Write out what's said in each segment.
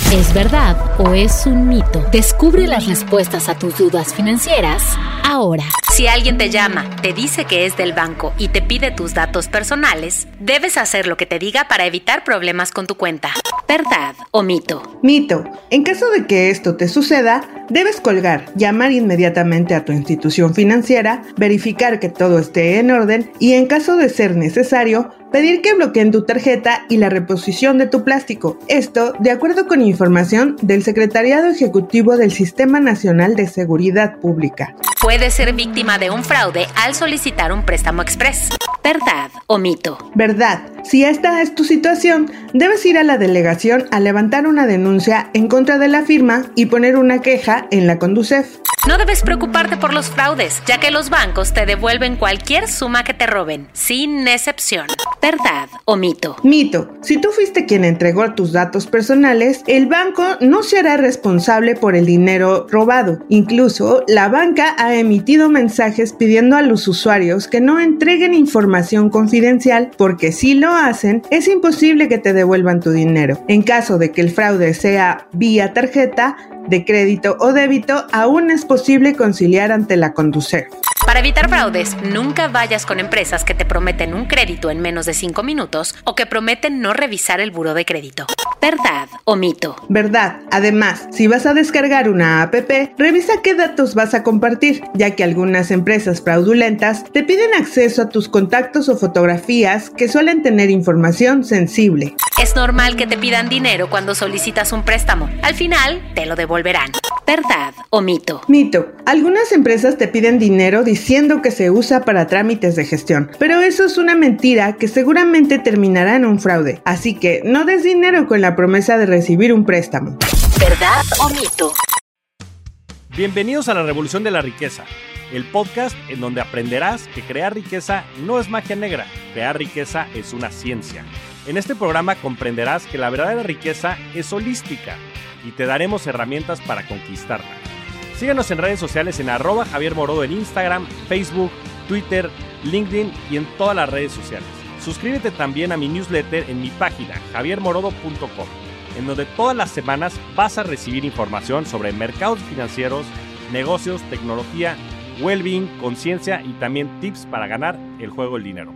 ¿Es verdad o es un mito? Descubre las respuestas a tus dudas financieras ahora. Si alguien te llama, te dice que es del banco y te pide tus datos personales, debes hacer lo que te diga para evitar problemas con tu cuenta. ¿Verdad o mito? Mito. En caso de que esto te suceda, debes colgar, llamar inmediatamente a tu institución financiera, verificar que todo esté en orden y, en caso de ser necesario, pedir que bloqueen tu tarjeta y la reposición de tu plástico. Esto, de acuerdo con información del Secretariado Ejecutivo del Sistema Nacional de Seguridad Pública. Puedes ser víctima de un fraude al solicitar un préstamo express. ¿Verdad o mito? Verdad. Si esta es tu situación, debes ir a la delegación a levantar una denuncia en contra de la firma y poner una queja en la Conducef. No debes preocuparte por los fraudes, ya que los bancos te devuelven cualquier suma que te roben, sin excepción. ¿Verdad o mito? Mito. Si tú fuiste quien entregó tus datos personales, el banco no se hará responsable por el dinero robado. Incluso, la banca ha emitido mensajes pidiendo a los usuarios que no entreguen información confidencial, porque si lo hacen, es imposible que te devuelvan tu dinero. En caso de que el fraude sea vía tarjeta de crédito o débito, aún es posible conciliar ante la Conducef. Para evitar fraudes, nunca vayas con empresas que te prometen un crédito en menos de 5 minutos o que prometen no revisar el buró de crédito. ¿Verdad o mito? Verdad. Además, si vas a descargar una app, revisa qué datos vas a compartir, ya que algunas empresas fraudulentas te piden acceso a tus contactos o fotografías que suelen tener información sensible. Es normal que te pidan dinero cuando solicitas un préstamo. Al final, te lo devolverán. ¿Verdad o mito? Mito. Algunas empresas te piden dinero diciendo que se usa para trámites de gestión, pero eso es una mentira que seguramente terminará en un fraude. Así que no des dinero con la promesa de recibir un préstamo. ¿Verdad o mito? Bienvenidos a La Revolución de la Riqueza, el podcast en donde aprenderás que crear riqueza no es magia negra, crear riqueza es una ciencia. En este programa comprenderás que la verdadera riqueza es holística y te daremos herramientas para conquistarla. Síguenos en redes sociales en @JavierMorodo en Instagram, Facebook, Twitter, LinkedIn y en todas las redes sociales. Suscríbete también a mi newsletter en mi página javiermorodo.com, en donde todas las semanas vas a recibir información sobre mercados financieros, negocios, tecnología, well-being, conciencia y también tips para ganar el juego del dinero.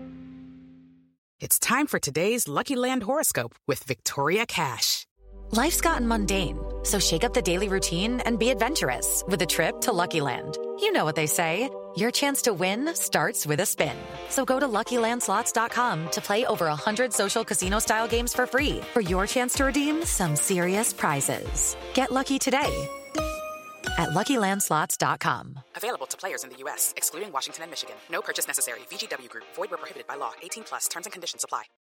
It's time for today's Lucky Land horoscope with Victoria Cash. Life's gotten mundane, so shake up the daily routine and be adventurous with a trip to Lucky Land. You know what they say, your chance to win starts with a spin. So go to LuckyLandSlots.com to play over 100 social casino-style games for free for your chance to redeem some serious prizes. Get lucky today at LuckyLandSlots.com. Available to players in the U.S., excluding Washington and Michigan. No purchase necessary. VGW Group. Void where prohibited by law. 18+. Terms and conditions apply.